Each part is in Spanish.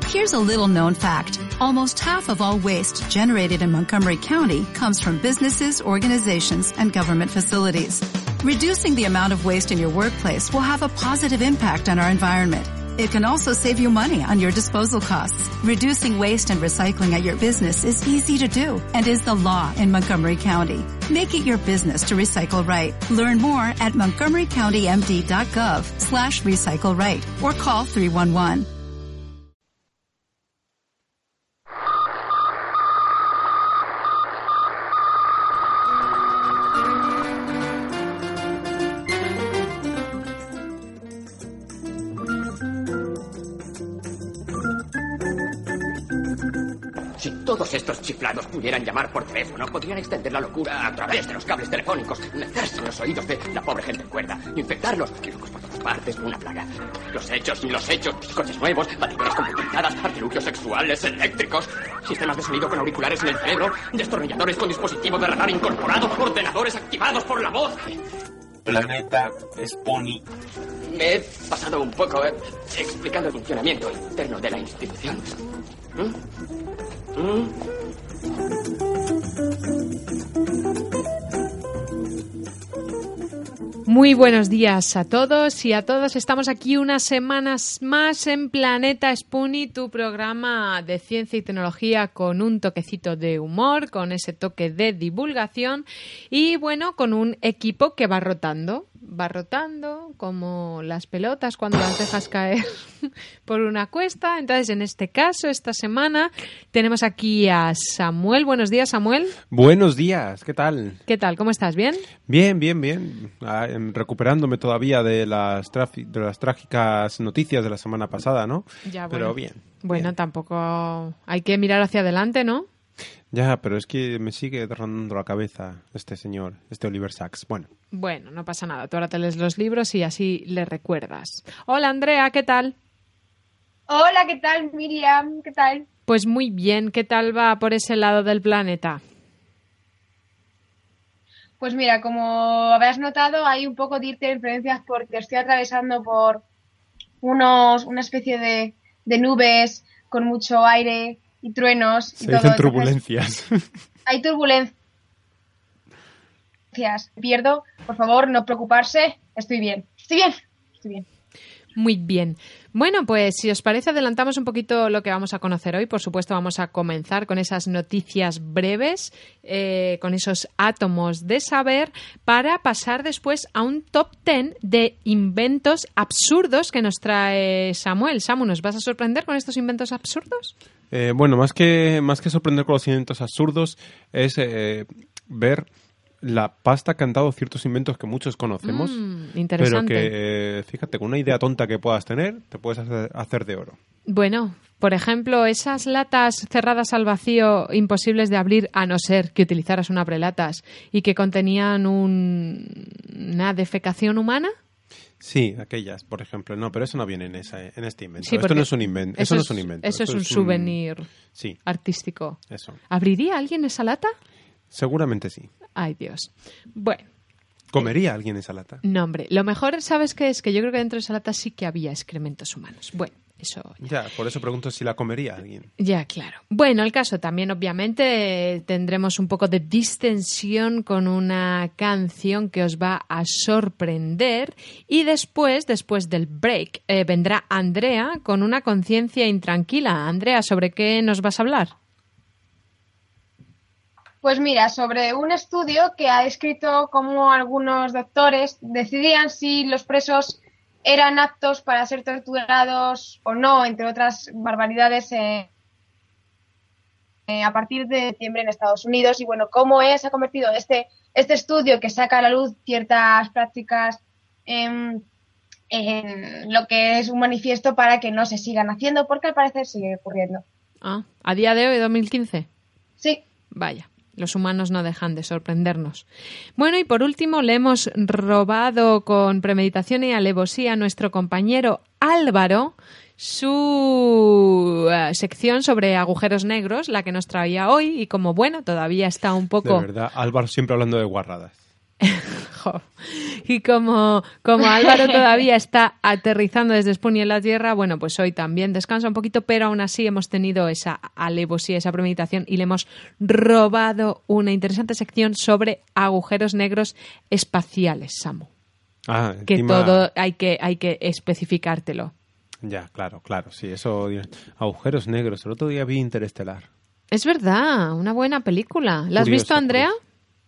Here's a little-known fact. Almost half of all waste generated in Montgomery County comes from businesses, organizations, and government facilities. Reducing the amount of waste in your workplace will have a positive impact on our environment. It can also save you money on your disposal costs. Reducing waste and recycling at your business is easy to do and is the law in Montgomery County. Make it your business to recycle right. Learn more at montgomerycountymd.gov/recycle right or call 311. Si todos estos chiflados pudieran llamar por teléfono, podrían extender la locura a través de los cables telefónicos, meterse en los oídos de la pobre gente cuerda, infectarlos, locos por todas partes, una plaga. Los hechos, coches nuevos, batidoras computarizadas, artilugios sexuales, eléctricos, sistemas de sonido con auriculares en el cerebro, destornilladores con dispositivos de radar incorporado, ordenadores activados por la voz. Planeta Spoonie. Me he pasado un poco explicando el funcionamiento interno de la institución. Muy buenos días a todos y a todas. Estamos aquí unas semanas más en Planeta Spoonie, tu programa de ciencia y tecnología con un toquecito de humor, con ese toque de divulgación y bueno, con un equipo que va rotando como las pelotas cuando las dejas caer por una cuesta. Entonces, en este caso, esta semana, tenemos aquí a Samuel. Buenos días, Samuel. Buenos días, ¿qué tal? ¿Qué tal? ¿Cómo estás? ¿Bien? Bien. Recuperándome todavía de las trágicas noticias de la semana pasada, ¿no? Ya, pero bien. Bueno, bien. Tampoco hay que mirar hacia adelante, ¿no? Ya, pero es que me sigue rondando la cabeza este señor, Oliver Sacks. Bueno, no pasa nada. Tú ahora te lees los libros y así le recuerdas. Hola, Andrea, ¿qué tal? Hola, ¿qué tal, Miriam? ¿Qué tal? Pues muy bien. ¿Qué tal va por ese lado del planeta? Pues mira, como habrás notado, hay un poco de interferencias porque estoy atravesando por una especie de nubes con mucho aire y truenos. Se dicen turbulencias. Hay turbulencias. Pierdo, por favor, no preocuparse. Estoy bien. Muy bien. Bueno, pues si os parece, adelantamos un poquito lo que vamos a conocer hoy. Por supuesto, vamos a comenzar con esas noticias breves, con esos átomos de saber, para pasar después a un top 10 de inventos absurdos que nos trae Samuel. Samu, ¿nos vas a sorprender con estos inventos absurdos? Más que sorprender con los inventos absurdos es ver la pasta que han dado ciertos inventos que muchos conocemos, interesante. pero que, fíjate, con una idea tonta que puedas tener, te puedes hacer de oro. Bueno, por ejemplo, esas latas cerradas al vacío imposibles de abrir a no ser que utilizaras un abrelatas y que contenían una defecación humana. Sí, aquellas, por ejemplo. No, pero eso no viene en este invento. Sí, esto no es un invento. Eso no es un invento. Eso es un souvenir artístico. Eso. ¿Abriría alguien esa lata? Seguramente sí. Ay, Dios. Bueno. ¿Comería alguien esa lata? No, hombre. Lo mejor, ¿sabes qué es? Que yo creo que dentro de esa lata sí que había excrementos humanos. Bueno, eso... Ya, por eso pregunto si la comería alguien. Ya, claro. Bueno, el caso también, obviamente, tendremos un poco de distensión con una canción que os va a sorprender y después del break, vendrá Andrea con una conciencia intranquila. Andrea, ¿sobre qué nos vas a hablar? Pues mira, sobre un estudio que ha descrito cómo algunos doctores decidían si los presos eran aptos para ser torturados o no, entre otras barbaridades, a partir de septiembre en Estados Unidos. Y bueno, cómo se ha convertido este estudio que saca a la luz ciertas prácticas en lo que es un manifiesto para que no se sigan haciendo, porque al parecer sigue ocurriendo. Ah, ¿a día de hoy, 2015? Sí. Vaya. Los humanos no dejan de sorprendernos. Bueno, y por último, le hemos robado con premeditación y alevosía a nuestro compañero Álvaro su sección sobre agujeros negros, la que nos traía hoy, y como bueno, todavía está un poco... De verdad, Álvaro siempre hablando de guarradas. Jo. Y como Álvaro todavía está aterrizando desde Spoonie en la Tierra, bueno, pues hoy también descansa un poquito, pero aún así hemos tenido esa alevosía, esa premeditación y le hemos robado una interesante sección sobre agujeros negros espaciales, Samu. Ah, Que encima... todo hay que especificártelo. Ya, claro, sí, eso... Agujeros negros. El otro día vi Interestelar. Es verdad, una buena película. ¿La has Curioso, visto, Andrea? curioso.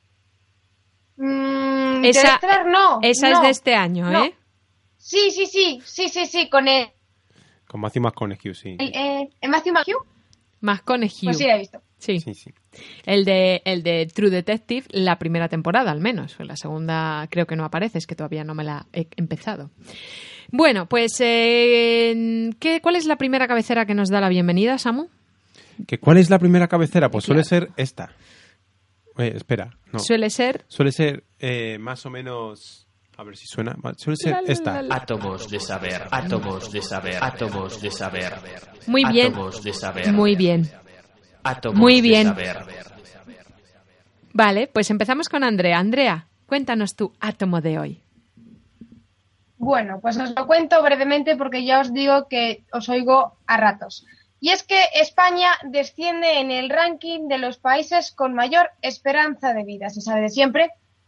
Interestelar no. Esa no, es de este año, no. ¿eh? Sí, con el Con Matthew McConaughey, sí. Matthew McConaughey. McConaughey. Pues sí, la he visto. Sí. Sí. El de True Detective, la primera temporada al menos. La segunda creo que no aparece, es que todavía no me la he empezado. Bueno, pues ¿cuál es la primera cabecera que nos da la bienvenida, Samu? ¿Cuál es la primera cabecera? Pues Claro. suele ser esta. Espera, no. Suele ser... Suele ser más o menos... A ver si suena. Suele ser esta. Átomos de saber, átomos de saber, átomos de saber. Muy bien. Átomos de saber. Muy bien. Átomos Muy de bien. saber. Vale, pues empezamos con Andrea. Andrea, cuéntanos tu átomo de hoy. Bueno, pues os lo cuento brevemente porque ya os digo que os oigo a ratos. Y es que España desciende en el ranking de los países con mayor esperanza de vida. Se sabe de siempre.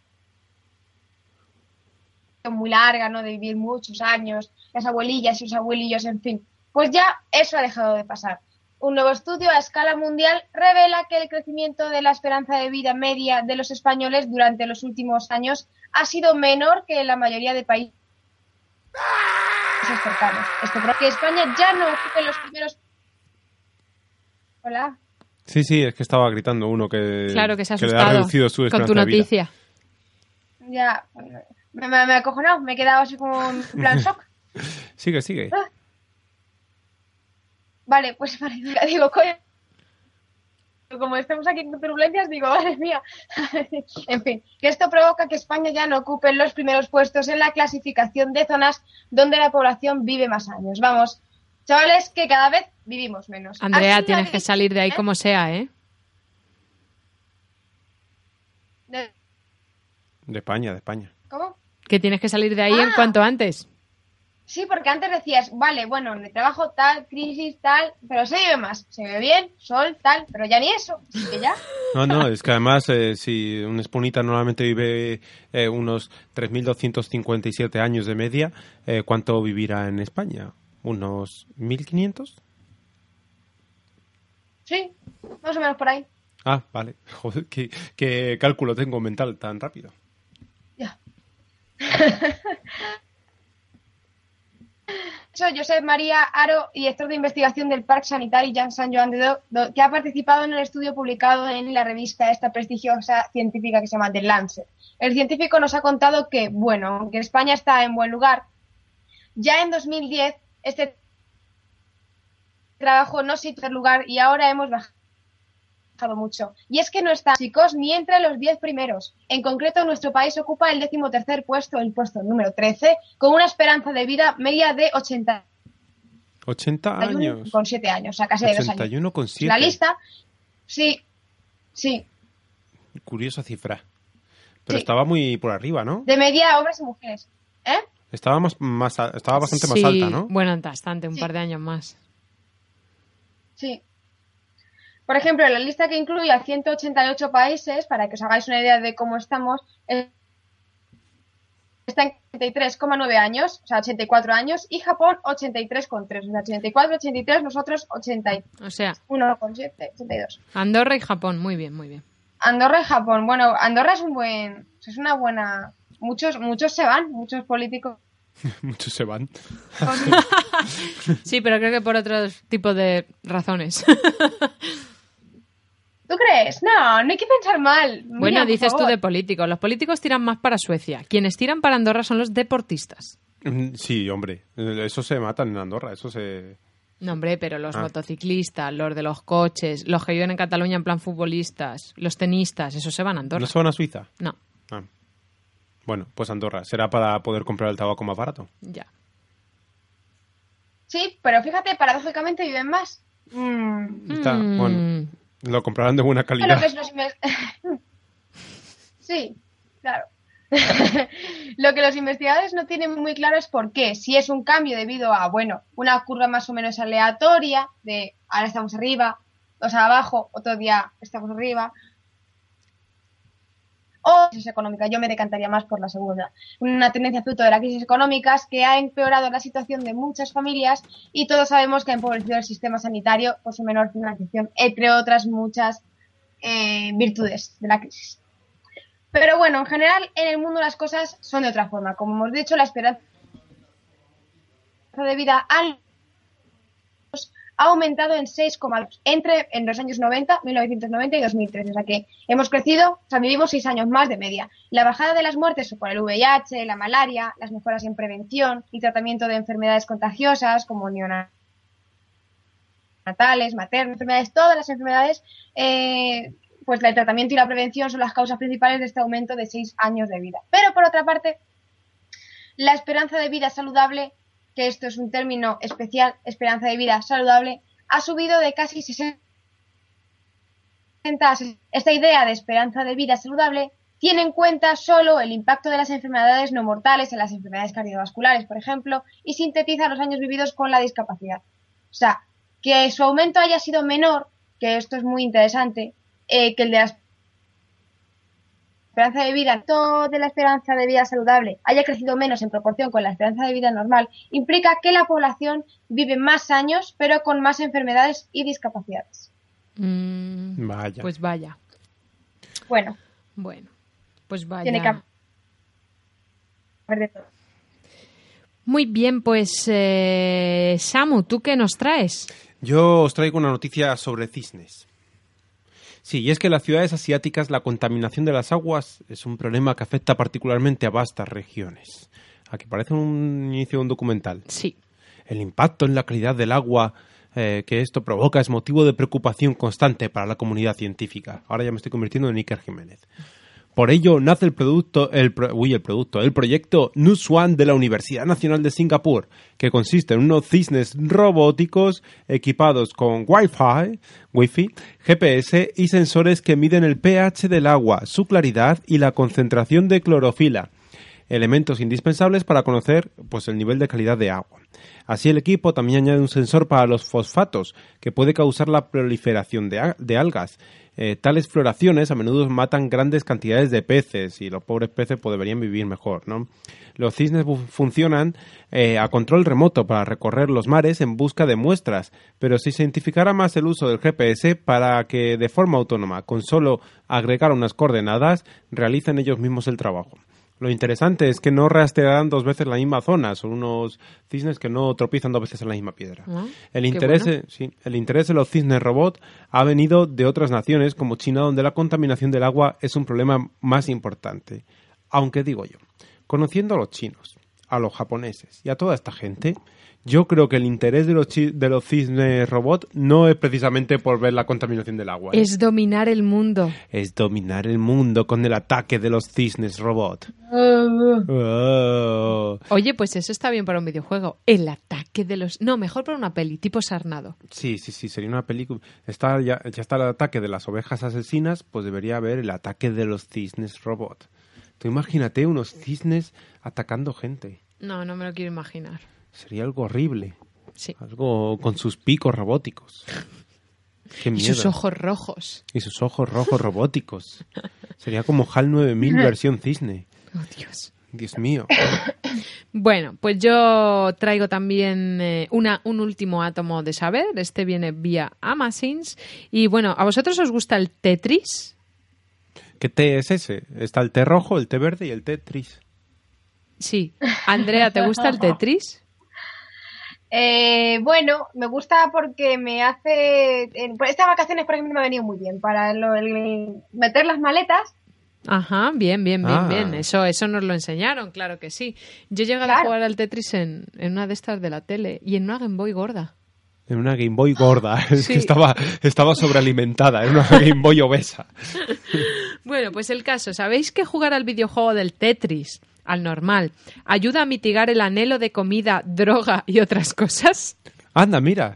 Muy larga, ¿no? De vivir muchos años, las abuelillas y los abuelillos, en fin. Pues ya eso ha dejado de pasar. Un nuevo estudio a escala mundial revela que el crecimiento de la esperanza de vida media de los españoles durante los últimos años ha sido menor que en la mayoría de países cercanos. Esto creo que España ya no ocupe los primeros... Hola. Sí, es que estaba gritando uno que... Claro que se ha le ha asustado reducido su con esperanza tu de vida. noticia. Ya, me ha acojonado, me he quedado así como en plan shock. Sigue. Vale, pues vale, digo, coño, como estamos aquí con turbulencias, digo, madre mía. En fin, que esto provoca que España ya no ocupe los primeros puestos en la clasificación de zonas donde la población vive más años. Vamos, chavales, que cada vez vivimos menos. Andrea, Así tienes nadie- que salir de ahí como sea, ¿eh? De España. ¿Cómo? Que tienes que salir de ahí en cuanto antes. Sí, porque antes decías, vale, bueno, en el trabajo tal, crisis tal, pero se vive más, se vive bien, sol tal, pero ya ni eso, así que ya. No, es que además si un esponita normalmente vive unos 3.257 años de media, ¿cuánto vivirá en España? ¿Unos 1.500? Sí, más o menos por ahí. Ah, vale. Joder, ¿qué cálculo tengo mental tan rápido? Ya. Soy Josep María Aro, director de investigación del Parc Sanitari Jean Sant Joan de Déu, que ha participado en el estudio publicado en la revista esta prestigiosa científica que se llama The Lancet. El científico nos ha contado que, bueno, aunque España está en buen lugar, ya en 2010 este trabajo no situó en lugar y ahora hemos bajado mucho. Y es que no está, chicos, ni entre los 10 primeros. En concreto, nuestro país ocupa el 13º puesto, el puesto número 13, con una esperanza de vida media de 80 años. Con 7 años, o sea, casi de 2 años. 81 con 7. La lista, sí. Curiosa cifra. Pero Sí. estaba muy por arriba, ¿no? De media, hombres y mujeres. ¿Eh? Estaba bastante más Sí, alta, ¿no? Bueno, bastante, un Sí. par de años más. Sí. Por ejemplo, la lista que incluye a 188 países, para que os hagáis una idea de cómo estamos, está en 83,9 años, o sea, 84 años, y Japón 83,3. O sea, 84, 83, nosotros 81,7, O sea, 82. Andorra y Japón, muy bien, muy bien. Andorra y Japón. Bueno, Andorra es una buena... Muchos se van, muchos políticos. Muchos se van. Sí, pero creo que por otros tipos de razones. ¿Tú crees? No hay que pensar mal. Bueno, Miriam, por dices tú favor. de políticos. Los políticos tiran más para Suecia. Quienes tiran para Andorra son los deportistas. Sí, hombre. Eso se matan en Andorra. Eso se... No, hombre, pero los motociclistas, los de los coches, los que viven en Cataluña en plan futbolistas, los tenistas, esos se van a Andorra. ¿No se van a Suiza? No, Ah. Bueno, pues Andorra. Será para poder comprar el tabaco más barato. ya. Sí, pero fíjate, paradójicamente viven más. Está, bueno, lo comprarán de buena Lo calidad. que es los Sí, claro. Lo que los investigadores no tienen muy claro es por qué. Si es un cambio debido a, bueno, una curva más o menos aleatoria, de ahora estamos arriba, o sea, abajo, otro día estamos arriba, o crisis económica. Yo me decantaría más por la segunda. Una tendencia fruto de las crisis económicas que ha empeorado la situación de muchas familias y todos sabemos que ha empobrecido el sistema sanitario por su menor financiación, entre otras muchas virtudes de la crisis. Pero bueno, en general, en el mundo las cosas son de otra forma. Como hemos dicho, la esperanza de vida ha aumentado en 6,2 en los años 1990 y 2013. O sea que hemos crecido, o sea, vivimos 6 años más de media. La bajada de las muertes por el VIH, la malaria, las mejoras en prevención y tratamiento de enfermedades contagiosas como neonatales, maternas, enfermedades, todas las enfermedades, pues el tratamiento y la prevención son las causas principales de este aumento de 6 años de vida. Pero por otra parte, la esperanza de vida saludable, que esto es un término especial, esperanza de vida saludable, ha subido de casi 60 a 60. Esta idea de esperanza de vida saludable tiene en cuenta solo el impacto de las enfermedades no mortales en las enfermedades cardiovasculares, por ejemplo, y sintetiza los años vividos con la discapacidad. O sea, que su aumento haya sido menor, que esto es muy interesante, que el de la esperanza de vida, todo de la esperanza de vida saludable haya crecido menos en proporción con la esperanza de vida normal, implica que la población vive más años, pero con más enfermedades y discapacidades. Vaya. Pues vaya. Bueno, pues vaya. Tiene que haber de todo. Muy bien, pues Samu, ¿tú qué nos traes? Yo os traigo una noticia sobre cisnes. Sí, y es que en las ciudades asiáticas la contaminación de las aguas es un problema que afecta particularmente a vastas regiones. Aquí parece un inicio de un documental. Sí. El impacto en la calidad del agua que esto provoca es motivo de preocupación constante para la comunidad científica. Ahora ya me estoy convirtiendo en Iker Jiménez. Por ello nace el proyecto NUSWAN de la Universidad Nacional de Singapur, que consiste en unos cisnes robóticos equipados con Wi-Fi, GPS y sensores que miden el pH del agua, su claridad y la concentración de clorofila, elementos indispensables para conocer pues, el nivel de calidad de agua. Así el equipo también añade un sensor para los fosfatos, que puede causar la proliferación de algas. Tales floraciones a menudo matan grandes cantidades de peces y los pobres peces pues, deberían vivir mejor, ¿no? Los cisnes funcionan a control remoto para recorrer los mares en busca de muestras, pero si se identificara más el uso del GPS para que de forma autónoma, con solo agregar unas coordenadas, realicen ellos mismos el trabajo. Lo interesante es que no rastrearán 2 veces la misma zona, son unos cisnes que no tropiezan 2 veces en la misma piedra. El interés de los cisnes robot ha venido de otras naciones como China, donde la contaminación del agua es un problema más importante. Aunque digo yo, conociendo a los chinos, a los japoneses y a toda esta gente, yo creo que el interés de los cisnes robot no es precisamente por ver la contaminación del agua. Es dominar el mundo. Es dominar el mundo con el ataque de los cisnes robot. Oye, pues eso está bien para un videojuego. El ataque de los... No, mejor para una peli, tipo Sarnado. Sí, sería una película. Ya está el ataque de las ovejas asesinas, pues debería haber el ataque de los cisnes robot. Tú imagínate unos cisnes atacando gente. No me lo quiero imaginar. Sería algo horrible. Sí. Algo con sus picos robóticos. Qué miedo. Y sus ojos rojos. Y sus ojos rojos robóticos. Sería como HAL 9000 versión cisne. Oh, Dios. Dios mío. Bueno, pues yo traigo también un último átomo de saber. Este viene vía Amazins. Y bueno, ¿a vosotros os gusta el Tetris? ¿Qué té es ese? Está el té rojo, el té verde y el Tetris. Sí. Andrea, ¿te gusta el Tetris? Bueno, me gusta porque me hace... Por estas vacaciones, por ejemplo, me ha venido muy bien para el meter las maletas. Ajá, bien. Eso nos lo enseñaron, claro que sí. Yo llegué a jugar al Tetris en una de estas de la tele y en una Game Boy gorda. En una Game Boy gorda. Es Sí. que estaba sobrealimentada. En una Game Boy obesa. Bueno, pues el caso. ¿Sabéis que jugar al videojuego del Tetris, al normal, ayuda a mitigar el anhelo de comida, droga y otras cosas? Anda, mira.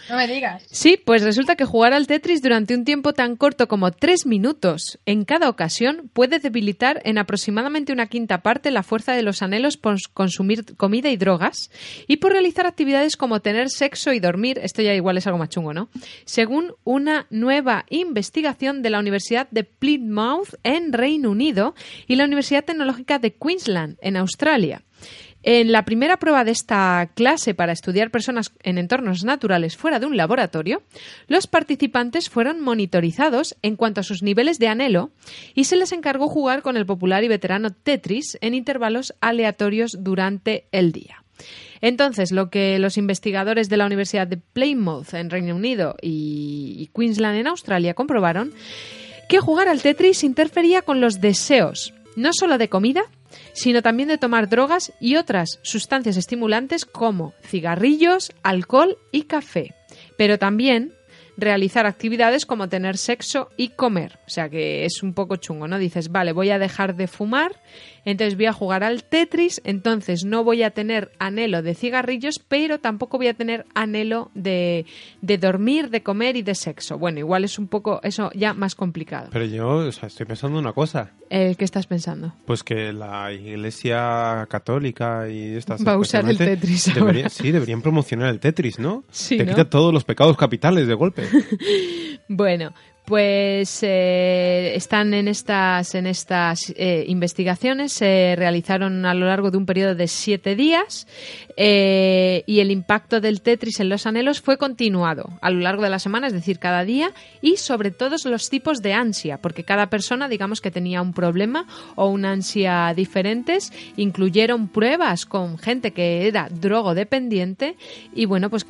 No me digas. Sí, pues resulta que jugar al Tetris durante un tiempo tan corto como 3 minutos en cada ocasión puede debilitar en aproximadamente una quinta parte la fuerza de los anhelos por consumir comida y drogas y por realizar actividades como tener sexo y dormir. Esto ya igual es algo más chungo, ¿no? Según una nueva investigación de la Universidad de Plymouth en Reino Unido y la Universidad Tecnológica de Queensland en Australia. En la primera prueba de esta clase para estudiar personas en entornos naturales fuera de un laboratorio, los participantes fueron monitorizados en cuanto a sus niveles de anhelo y se les encargó jugar con el popular y veterano Tetris en intervalos aleatorios durante el día. Entonces, lo que los investigadores de la Universidad de Plymouth en Reino Unido y Queensland en Australia comprobaron que jugar al Tetris interfería con los deseos, no solo de comida, sino también de tomar drogas y otras sustancias estimulantes como cigarrillos, alcohol y café, pero también realizar actividades como tener sexo y comer. O sea que es un poco chungo, ¿no? Dices, vale, voy a dejar de fumar, entonces voy a jugar al Tetris, entonces no voy a tener anhelo de cigarrillos, pero tampoco voy a tener anhelo de dormir, de comer y de sexo. Bueno, igual es un poco eso ya más complicado. Pero yo estoy pensando una cosa. ¿Qué estás pensando? Pues que la Iglesia Católica y estas... Va a usar el Tetris ahora. Sí, deberían promocionar el Tetris, ¿no? Sí, Te ¿no? quita todos los pecados capitales de golpe. Bueno, pues están en estas investigaciones, se realizaron a lo largo de un periodo de 7 días y el impacto del Tetris en los anhelos fue continuado a lo largo de la semana, es decir, cada día, y sobre todos los tipos de ansia, porque cada persona, digamos que tenía un problema o una ansia diferentes, incluyeron pruebas con gente que era drogodependiente y bueno, pues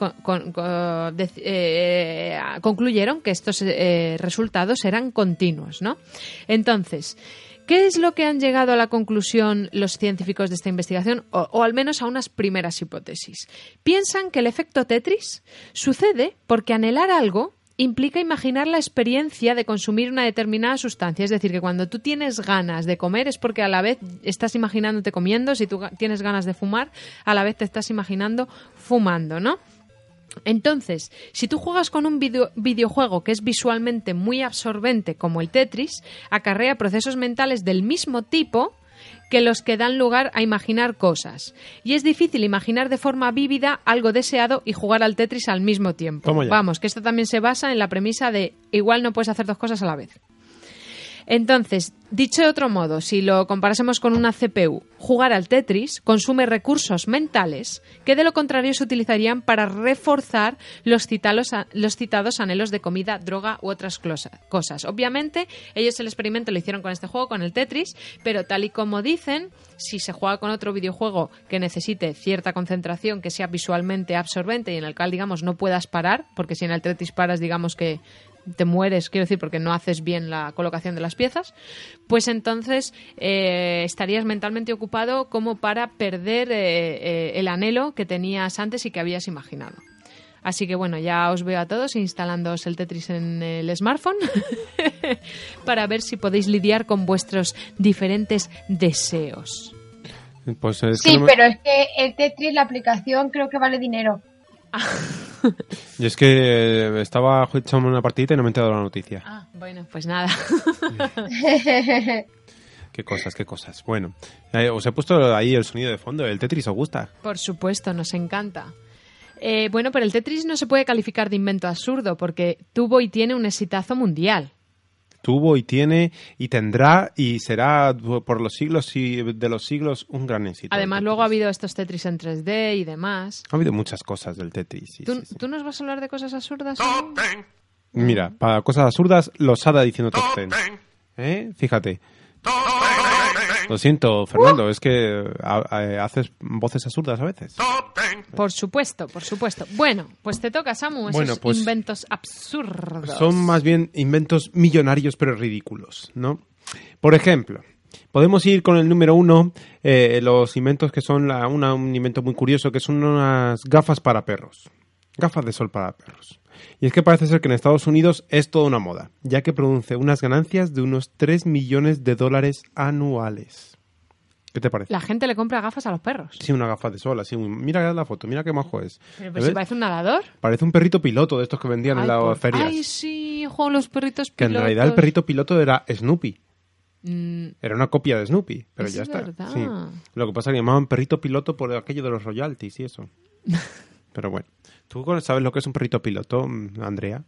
concluyeron que estos resultados eran continuos, ¿no? Entonces, ¿qué es lo que han llegado a la conclusión los científicos de esta investigación? O al menos a unas primeras hipótesis. Piensan que el efecto Tetris sucede porque anhelar algo implica imaginar la experiencia de consumir una determinada sustancia. Es decir, que cuando tú tienes ganas de comer es porque a la vez estás imaginándote comiendo. Si tú tienes ganas de fumar, a la vez te estás imaginando fumando, ¿no? Entonces, si tú juegas con un videojuego que es visualmente muy absorbente como el Tetris, acarrea procesos mentales del mismo tipo que los que dan lugar a imaginar cosas. Y es difícil imaginar de forma vívida algo deseado y jugar al Tetris al mismo tiempo. Vamos, que esto también se basa en la premisa de igual no puedes hacer dos cosas a la vez. Entonces, dicho de otro modo, si lo comparásemos con una CPU, jugar al Tetris consume recursos mentales que de lo contrario se utilizarían para reforzar los citados anhelos de comida, droga u otras cosas. Obviamente, ellos el experimento lo hicieron con este juego, con el Tetris, pero tal y como dicen, si se juega con otro videojuego que necesite cierta concentración, que sea visualmente absorbente y en el cual, digamos, no puedas parar, porque si en el Tetris paras, digamos que te mueres, quiero decir, porque no haces bien la colocación de las piezas, pues entonces estarías mentalmente ocupado como para perder el anhelo que tenías antes y que habías imaginado. Así que bueno, ya os veo a todos instalándoos el Tetris en el smartphone para ver si podéis lidiar con vuestros diferentes deseos. Pues es sí, pero es que el Tetris, la aplicación, creo que vale dinero. Y es que estaba echando una partidita y no me he enterado de la noticia. Ah, bueno, pues nada. Qué cosas. Bueno, os he puesto ahí el sonido de fondo. ¿El Tetris os gusta? Por supuesto, nos encanta. Bueno, pero el Tetris no se puede calificar de invento absurdo porque tuvo y tiene un exitazo mundial. Tuvo y tiene y tendrá y será por los siglos y de los siglos un gran éxito. Además, luego ha habido estos Tetris en 3D y demás. Ha habido muchas cosas del Tetris. Sí, ¿Tú nos vas a hablar de cosas absurdas? Mira, para cosas absurdas, los Ada diciendo top 10. Fíjate. Lo siento, Fernando, es que haces voces absurdas a veces. Por supuesto. Bueno, pues te toca, Samu, esos inventos absurdos. Son más bien inventos millonarios pero ridículos, ¿no? Por ejemplo, podemos ir con el número 1, los inventos que son un invento muy curioso, que son unas gafas para perros. Gafas de sol para perros. Y es que parece ser que en Estados Unidos es toda una moda, ya que produce unas ganancias de unos $3 millones anuales. ¿Qué te parece? La gente le compra gafas a los perros. Sí, una gafa de sol, así. Mira la foto, mira qué majo es. Pero ¿Ves? si parece un nadador. Parece un perrito piloto de estos que vendían en las ferias. Ay, sí, juego los perritos Que en pilotos. realidad el perrito piloto era Snoopy. Era una copia de Snoopy, pero Eso ya es está. verdad. Sí. Lo que pasa es que llamaban perrito piloto por aquello de los royalties y eso. Pero bueno. ¿Tú sabes lo que es un perrito piloto, Andrea?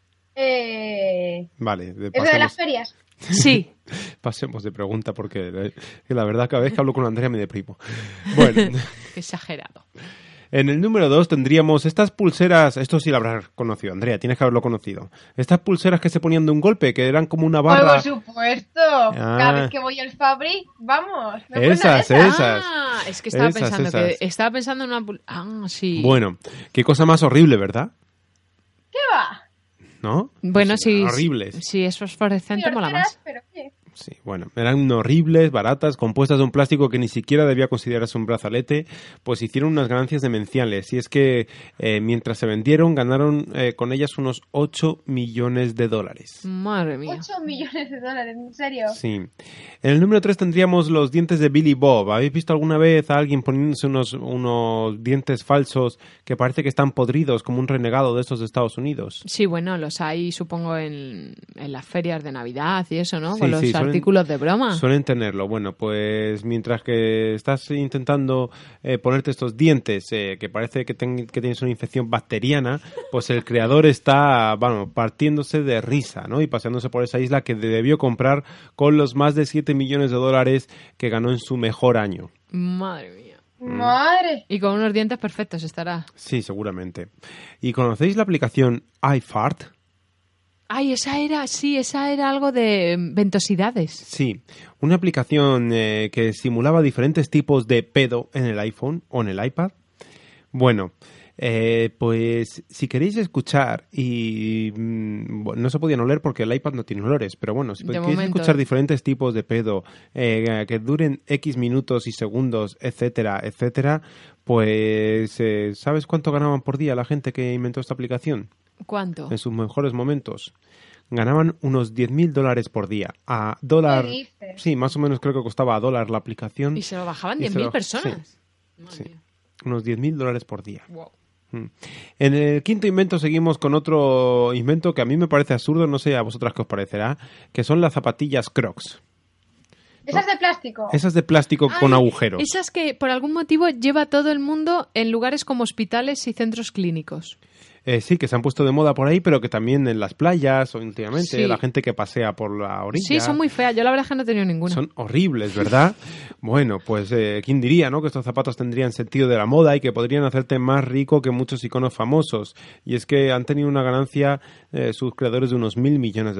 Vale. ¿Eso de las ferias? Sí. Pasemos de pregunta porque la verdad cada vez que hablo con Andrea me deprimo. Bueno. Exagerado. En el número 2 tendríamos estas pulseras, esto sí lo habrás conocido, Andrea, tienes que haberlo conocido. Estas pulseras que se ponían de un golpe, que eran como una barra. Por supuesto. Cada vez que voy al Fabric, vamos. Esas. Ah, es que estaba Esas, pensando esas. que estaba pensando en una sí. Bueno, qué cosa más horrible, ¿verdad? ¿Qué va? ¿No? Bueno, Pues sí. horribles. Sí, es fosforescente, mola más. Pero ¿qué? Sí, bueno, eran horribles, baratas, compuestas de un plástico que ni siquiera debía considerarse un brazalete, pues hicieron unas ganancias demenciales. Y es que mientras se vendieron, ganaron con ellas unos 8 millones de dólares. Madre mía. 8 millones de dólares, ¿en serio? Sí. En el número 3 tendríamos los dientes de Billy Bob. ¿Habéis visto alguna vez a alguien poniéndose unos dientes falsos que parece que están podridos, como un renegado de estos de Estados Unidos? Sí, bueno, los hay, supongo, en las ferias de Navidad y eso, ¿no? Sí, Con los sí, artículos de broma. Suelen tenerlo. Bueno, pues mientras que estás intentando ponerte estos dientes que parece que tienes una infección bacteriana, pues el creador está, partiéndose de risa, ¿no? Y paseándose por esa isla que debió comprar con los más de 7 millones de dólares que ganó en su mejor año. Madre mía. Madre. Y con unos dientes perfectos estará. Sí, seguramente. ¿Y conocéis la aplicación iFart? Ay, esa era algo de ventosidades. Sí, una aplicación que simulaba diferentes tipos de pedo en el iPhone o en el iPad. Bueno, pues si queréis escuchar no se podían oler porque el iPad no tiene olores, pero bueno, si queréis escuchar diferentes tipos de pedo que duren X minutos y segundos, etcétera, etcétera, pues ¿sabes cuánto ganaban por día la gente que inventó esta aplicación? ¿Cuánto? En sus mejores momentos. Ganaban unos $10,000 por día. A dólar. ¿Qué dices? Sí, más o menos creo que costaba a dólar la aplicación. Y se lo bajaban 10.000 personas. Sí, unos $10,000 por día. Wow. En el quinto invento seguimos con otro invento que a mí me parece absurdo, no sé a vosotras qué os parecerá, que son las zapatillas Crocs. ¿Esas de plástico? Esas de plástico con agujeros. Esas que por algún motivo lleva todo el mundo en lugares como hospitales y centros clínicos. Sí, que se han puesto de moda por ahí, pero que también en las playas o últimamente, Sí. la gente que pasea por la orilla. Sí, son muy feas. Yo la verdad es que no he tenido ninguna. Son horribles, ¿verdad? Bueno, pues ¿quién diría, no? Que estos zapatos tendrían sentido de la moda y que podrían hacerte más rico que muchos iconos famosos. Y es que han tenido una ganancia sus creadores de unos $1.000 millones.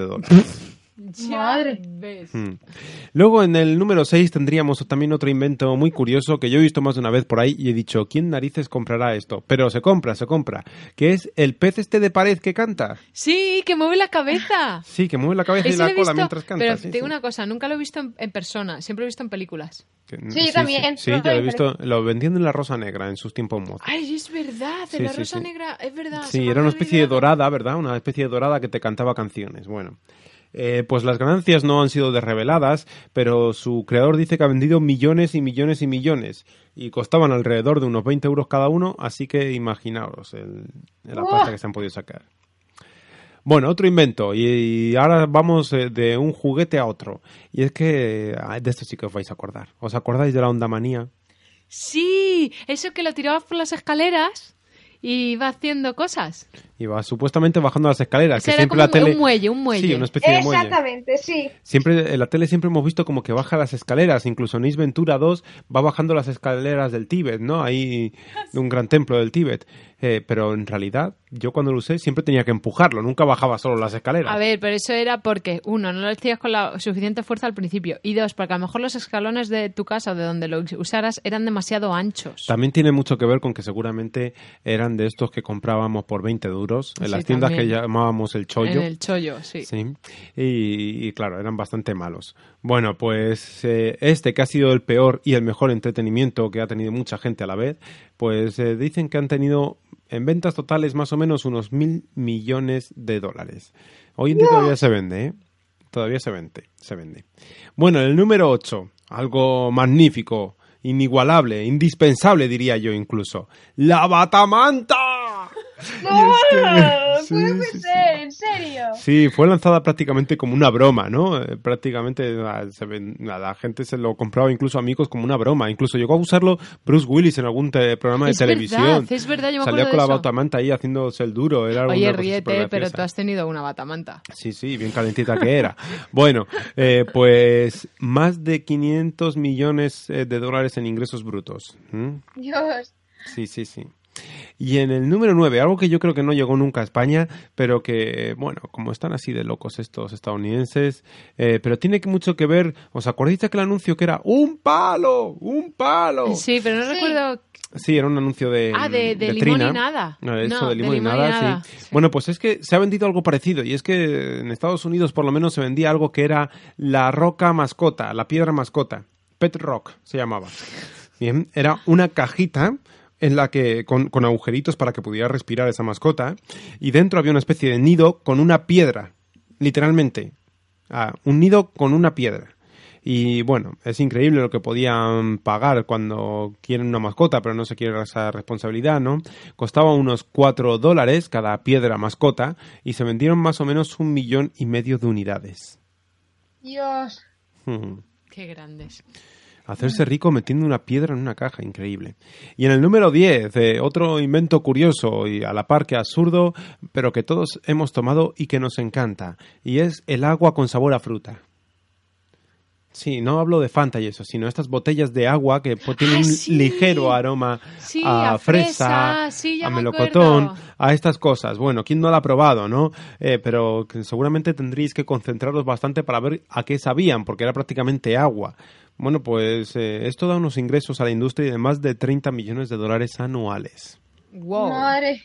Madre. ¿Ves? Luego en el número 6 tendríamos también otro invento muy curioso que yo he visto más de una vez por ahí y he dicho, ¿quién narices comprará esto? Pero se compra, que es el pez este de pared que canta. Sí, que mueve la cabeza. Sí, que mueve la cabeza y Ese la lo he cola visto, mientras canta. pero sí, te digo sí. una cosa, nunca lo he visto en persona, siempre lo he visto en películas. Sí, yo también. Sí, yo lo he visto, lo vendían en la Rosa Negra en sus tiempos mozos. Ay, es verdad, Sí, en la sí, Rosa sí. Negra, es verdad. se Sí, me era había una especie de olvidado. dorada, ¿verdad? Una especie de dorada que te cantaba canciones. Bueno, pues las ganancias no han sido reveladas, pero su creador dice que ha vendido millones y millones y millones y costaban alrededor de unos 20 euros cada uno, así que imaginaos la pasta que se han podido sacar. Bueno, otro invento, y ahora vamos de un juguete a otro. Y es que de esto sí que os vais a acordar. ¿Os acordáis de la Onda Manía? Sí, eso que lo tirabas por las escaleras y iba haciendo cosas. Iba supuestamente bajando las escaleras. Ese Que era siempre como la tele... un muelle. Sí, una especie de muelle. Exactamente, sí. Siempre en la tele siempre hemos visto como que baja las escaleras, incluso en Ace Ventura 2 va bajando las escaleras del Tíbet, ¿no? Ahí de un gran templo del Tíbet. Pero en realidad, yo cuando lo usé siempre tenía que empujarlo, nunca bajaba solo las escaleras. A ver, pero eso era porque, uno, no lo hacías con la suficiente fuerza al principio, y dos, porque a lo mejor los escalones de tu casa o de donde lo usaras eran demasiado anchos. También tiene mucho que ver con que seguramente eran de estos que comprábamos por 20 duros en Sí, las tiendas también. que llamábamos el chollo. En el chollo, sí. Sí, y claro, eran bastante malos. Bueno, pues este que ha sido el peor y el mejor entretenimiento que ha tenido mucha gente a la vez, pues dicen que han tenido en ventas totales más o menos unos $1.000 millones. Hoy en día todavía se vende, ¿eh? Todavía se vende. Bueno, el número 8. algo magnífico, inigualable, indispensable, diría yo incluso. ¡La batamanta! ¡No! Sí, ¡Puede sí, ser! ¿En serio? Sí, fue lanzada prácticamente como una broma, ¿no? Prácticamente la gente se lo compraba incluso a amigos como una broma. Incluso llegó a usarlo Bruce Willis en algún programa de televisión. Es verdad, yo me Salía acuerdo con la de eso. batamanta ahí haciéndose el duro. Era Oye, una cosa ríete, pero supergraciosa. tú has tenido una batamanta. Sí, sí, bien calentita que era. Bueno, pues más de 500 millones de dólares en ingresos brutos. ¿Mm? Dios. Sí, sí, sí. Y en el número 9, algo que yo creo que no llegó nunca a España, pero que, bueno, como están así de locos estos estadounidenses, pero tiene mucho que ver, ¿os acordáis de aquel anuncio que era ¡un palo! ¡Un palo! Sí, pero no Sí. recuerdo... Sí, era un anuncio de de limón Trina. y nada. No, eso No, de limón y limón y nada, nada, sí. sí. Bueno, pues es que se ha vendido algo parecido, y es que en Estados Unidos por lo menos se vendía algo que era la roca mascota, la piedra mascota. Pet Rock se llamaba. Bien, era una cajita en la que con agujeritos para que pudiera respirar esa mascota, y dentro había una especie de nido con una piedra, literalmente. Un nido con una piedra. Y bueno, es increíble lo que podían pagar cuando quieren una mascota, pero no se quiere esa responsabilidad, ¿no? Costaba unos $4 cada piedra mascota y se vendieron más o menos 1,5 millones de unidades. Dios. Qué grandes. Hacerse rico metiendo una piedra en una caja, increíble. Y en el número 10, otro invento curioso y a la par que absurdo, pero que todos hemos tomado y que nos encanta, y es el agua con sabor a fruta. Sí, no hablo de Fanta y eso, sino estas botellas de agua que tienen sí. un ligero aroma Sí, a fresa, sí, ya a me melocotón, acuerdo. a estas cosas. Bueno, ¿quién no la ha probado, no? Pero que seguramente tendréis que concentraros bastante para ver a qué sabían, porque era prácticamente agua. Bueno, pues esto da unos ingresos a la industria de más de 30 millones de dólares anuales. Wow. Madre.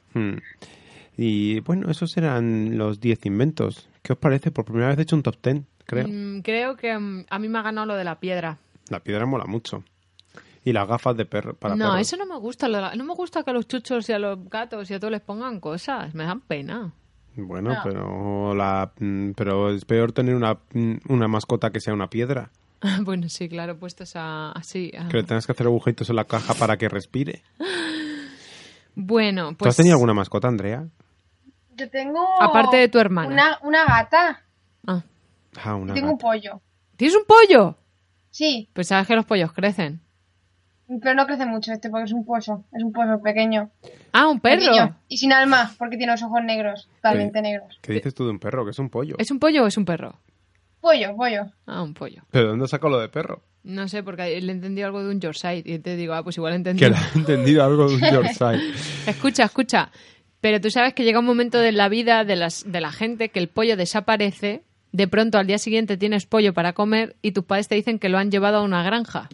Y bueno, esos eran los 10 inventos. ¿Qué os parece? Por primera vez he hecho un top 10, creo. Creo que a mí me ha ganado lo de la piedra. La piedra mola mucho. Y las gafas de perro para No, perros. eso no me gusta. No me gusta que a los chuchos y a los gatos y a todos les pongan cosas. Me dan pena. Bueno, No. pero es peor tener una mascota que sea una piedra. Bueno, sí, claro, puestos así. Que le tengas que hacer agujeritos en la caja para que respire. Bueno, ¿Tú pues... has tenido alguna mascota, Andrea? Yo tengo... Aparte de tu hermana. Una gata. Ah. Una Tengo un gata. pollo. ¿Tienes un pollo? Sí, Pues sabes que los pollos crecen. pero no crece mucho porque es un pollo. Es un pollo pequeño. Ah, un perro. Pequeño. Y sin alma, porque tiene los ojos negros. Totalmente negros. ¿Qué dices tú de un perro? Que es un pollo. ¿Es un pollo o es un perro? Pollo. Ah, un pollo. ¿Pero dónde has sacado lo de perro? No sé, porque le entendí algo de un Yorkshire y te digo, pues igual entendí. Que le ha entendido algo de un Yorkshire. Escucha. Pero tú sabes que llega un momento de la vida de la gente que el pollo desaparece, de pronto al día siguiente tienes pollo para comer y tus padres te dicen que lo han llevado a una granja.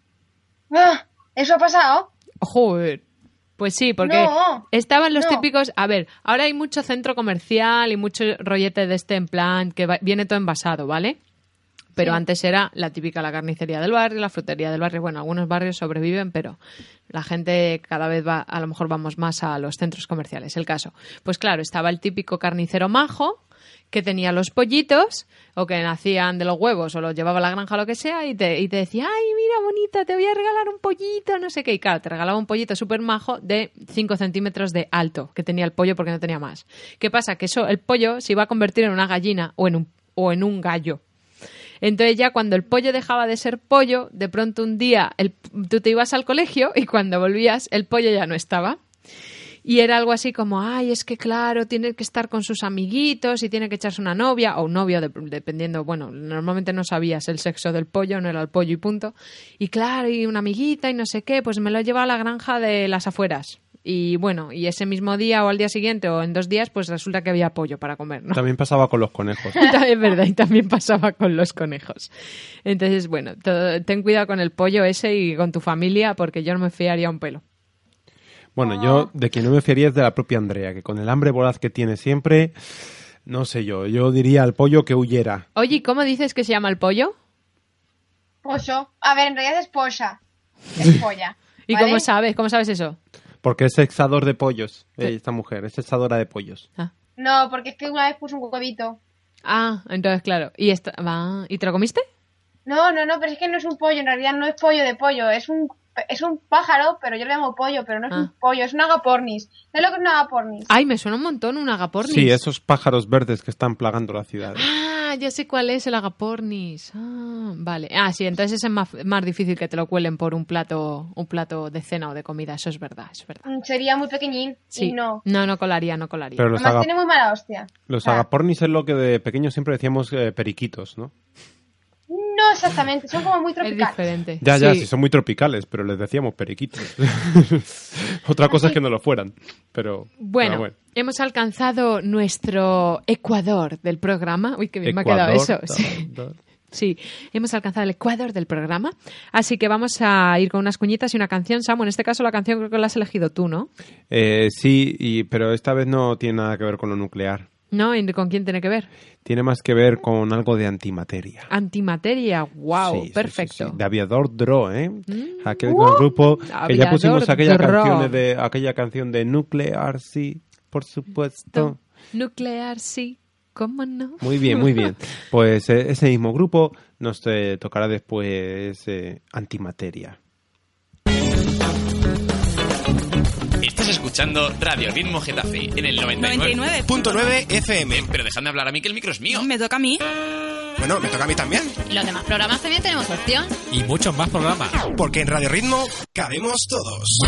Ah, ¿eso ha pasado? Joder. Pues sí, porque No, estaban los no. típicos... A ver, ahora hay mucho centro comercial y mucho rollete de este en plan que viene todo envasado, ¿vale? Pero Sí. antes era la típica, la carnicería del barrio, la frutería del barrio. Bueno, algunos barrios sobreviven, pero la gente cada vez va, a lo mejor vamos más a los centros comerciales. El caso. Pues claro, estaba el típico carnicero majo que tenía los pollitos o que nacían de los huevos o los llevaba a la granja o lo que sea y te decía, ay, mira, bonita, te voy a regalar un pollito, no sé qué. Y claro, te regalaba un pollito súper majo de 5 centímetros de alto que tenía el pollo porque no tenía más. ¿Qué pasa? Que el pollo se iba a convertir en una gallina o en un gallo. Entonces ya cuando el pollo dejaba de ser pollo, de pronto un día tú te ibas al colegio y cuando volvías el pollo ya no estaba. Y era algo así como, ay, es que claro, tiene que estar con sus amiguitos y tiene que echarse una novia o un novio, dependiendo, bueno, normalmente no sabías el sexo del pollo, no era el pollo y punto. Y claro, y una amiguita y no sé qué, pues me lo he llevado a la granja de las afueras. Y bueno, y ese mismo día o al día siguiente o en 2 días, pues resulta que había pollo para comer, ¿no? También pasaba con los conejos. Es verdad, y también pasaba con los conejos. Entonces, bueno, ten cuidado con el pollo ese y con tu familia porque yo no me fiaría un pelo. Bueno, yo de quien no me fiaría es de la propia Andrea, que con el hambre voraz que tiene siempre, no sé yo diría al pollo que huyera. Oye, ¿y cómo dices que se llama el pollo? Pollo. A ver, en realidad es polla. Es polla. ¿Y ¿vale? cómo sabes? ¿Cómo sabes eso? Porque es sexador de pollos, esta mujer, es sexadora de pollos. Ah, No, porque es que una vez puso un huevito. entonces claro. ¿Y te lo comiste? No, pero es que no es un pollo, en realidad no es pollo de pollo, es un pájaro, pero yo le llamo pollo, pero no es un pollo, es un agapornis. ¿Sabes lo que es un agapornis? Ay, me suena un montón un agapornis. Sí, esos pájaros verdes que están plagando la ciudad. Ah, ya sé cuál es el agapornis. Ah, vale. Ah, sí, entonces es más difícil que te lo cuelen por un plato de cena o de comida, eso es verdad. Sería muy pequeñín sí. y no. No colaría. Pero además tiene muy mala hostia. Los agapornis es lo que de pequeños siempre decíamos periquitos, ¿no? No exactamente, son como muy tropicales. Es diferente. Ya, sí son muy tropicales, pero les decíamos periquitos. Otra cosa es que no lo fueran, pero... Bueno, hemos alcanzado nuestro Ecuador del programa. Uy, qué bien me ha quedado eso. Sí, hemos alcanzado el Ecuador del programa, así que vamos a ir con unas cuñitas y una canción. Samu, en este caso la canción creo que la has elegido tú, ¿no? Sí, pero esta vez no tiene nada que ver con lo nuclear. ¿No? ¿Y con quién tiene que ver? Tiene más que ver con algo de antimateria. Antimateria, wow, sí, perfecto. Sí. De Aviador Dro, ¿eh? Aquel gran grupo que ya pusimos aquella canción de Nuclear, sí, por supuesto. Nuclear, sí, ¿cómo no? Muy bien. Pues ese mismo grupo nos tocará después Antimateria. Estás escuchando Radio Ritmo Getafe en el 99.9 FM. Pero dejadme hablar a mí, que el micro es mío. Me toca a mí. Bueno, me toca a mí también. Y los demás programas también tenemos opción. Y muchos más programas. Porque en Radio Ritmo cabemos todos.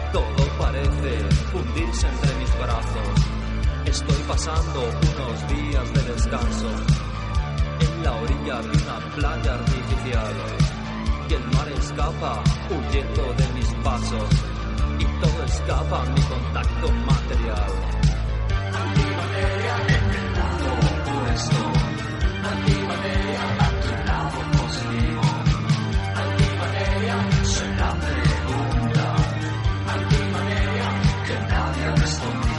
Todo parece fundirse entre mis brazos. Estoy pasando unos días de descanso en la orilla de una playa artificial. Y el mar escapa huyendo de mis pasos. Y todo escapa a mi contacto material. Antimateria en el lado opuesto. Antimateria a tu lado positivo. Antimateria, soy la pregunta. Antimateria que nadie ha respondido.